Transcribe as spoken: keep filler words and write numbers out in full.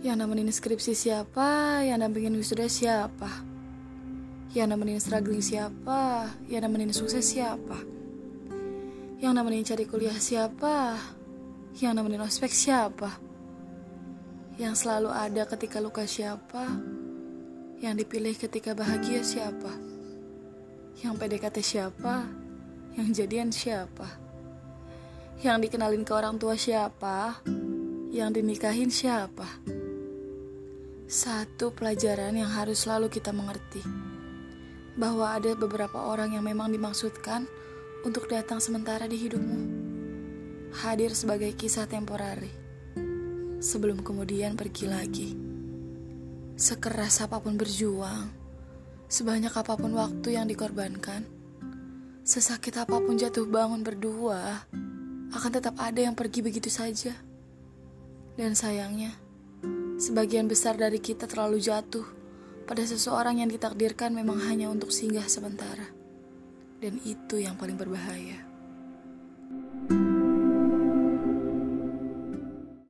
Yang nemenin skripsi siapa? Yang dampingin wisuda siapa? Yang nemenin struggling siapa? Yang nemenin sukses siapa? Yang nemenin cari kuliah siapa? Yang nemenin ospek siapa? Yang selalu ada ketika luka siapa? Yang dipilih ketika bahagia siapa? Yang P D K T siapa? Yang jadian siapa? Yang dikenalin ke orang tua siapa? Yang dinikahin siapa? Satu pelajaran yang harus selalu kita mengerti, bahwa ada beberapa orang yang memang dimaksudkan untuk datang sementara di hidupmu, hadir sebagai kisah temporari, sebelum kemudian pergi lagi. Sekeras apapun berjuang, sebanyak apapun waktu yang dikorbankan, sesakit apapun jatuh bangun berdua, akan tetap ada yang pergi begitu saja. Dan sayangnya, sebagian besar dari kita terlalu jatuh pada seseorang yang ditakdirkan memang hanya untuk singgah sementara. Dan itu yang paling berbahaya.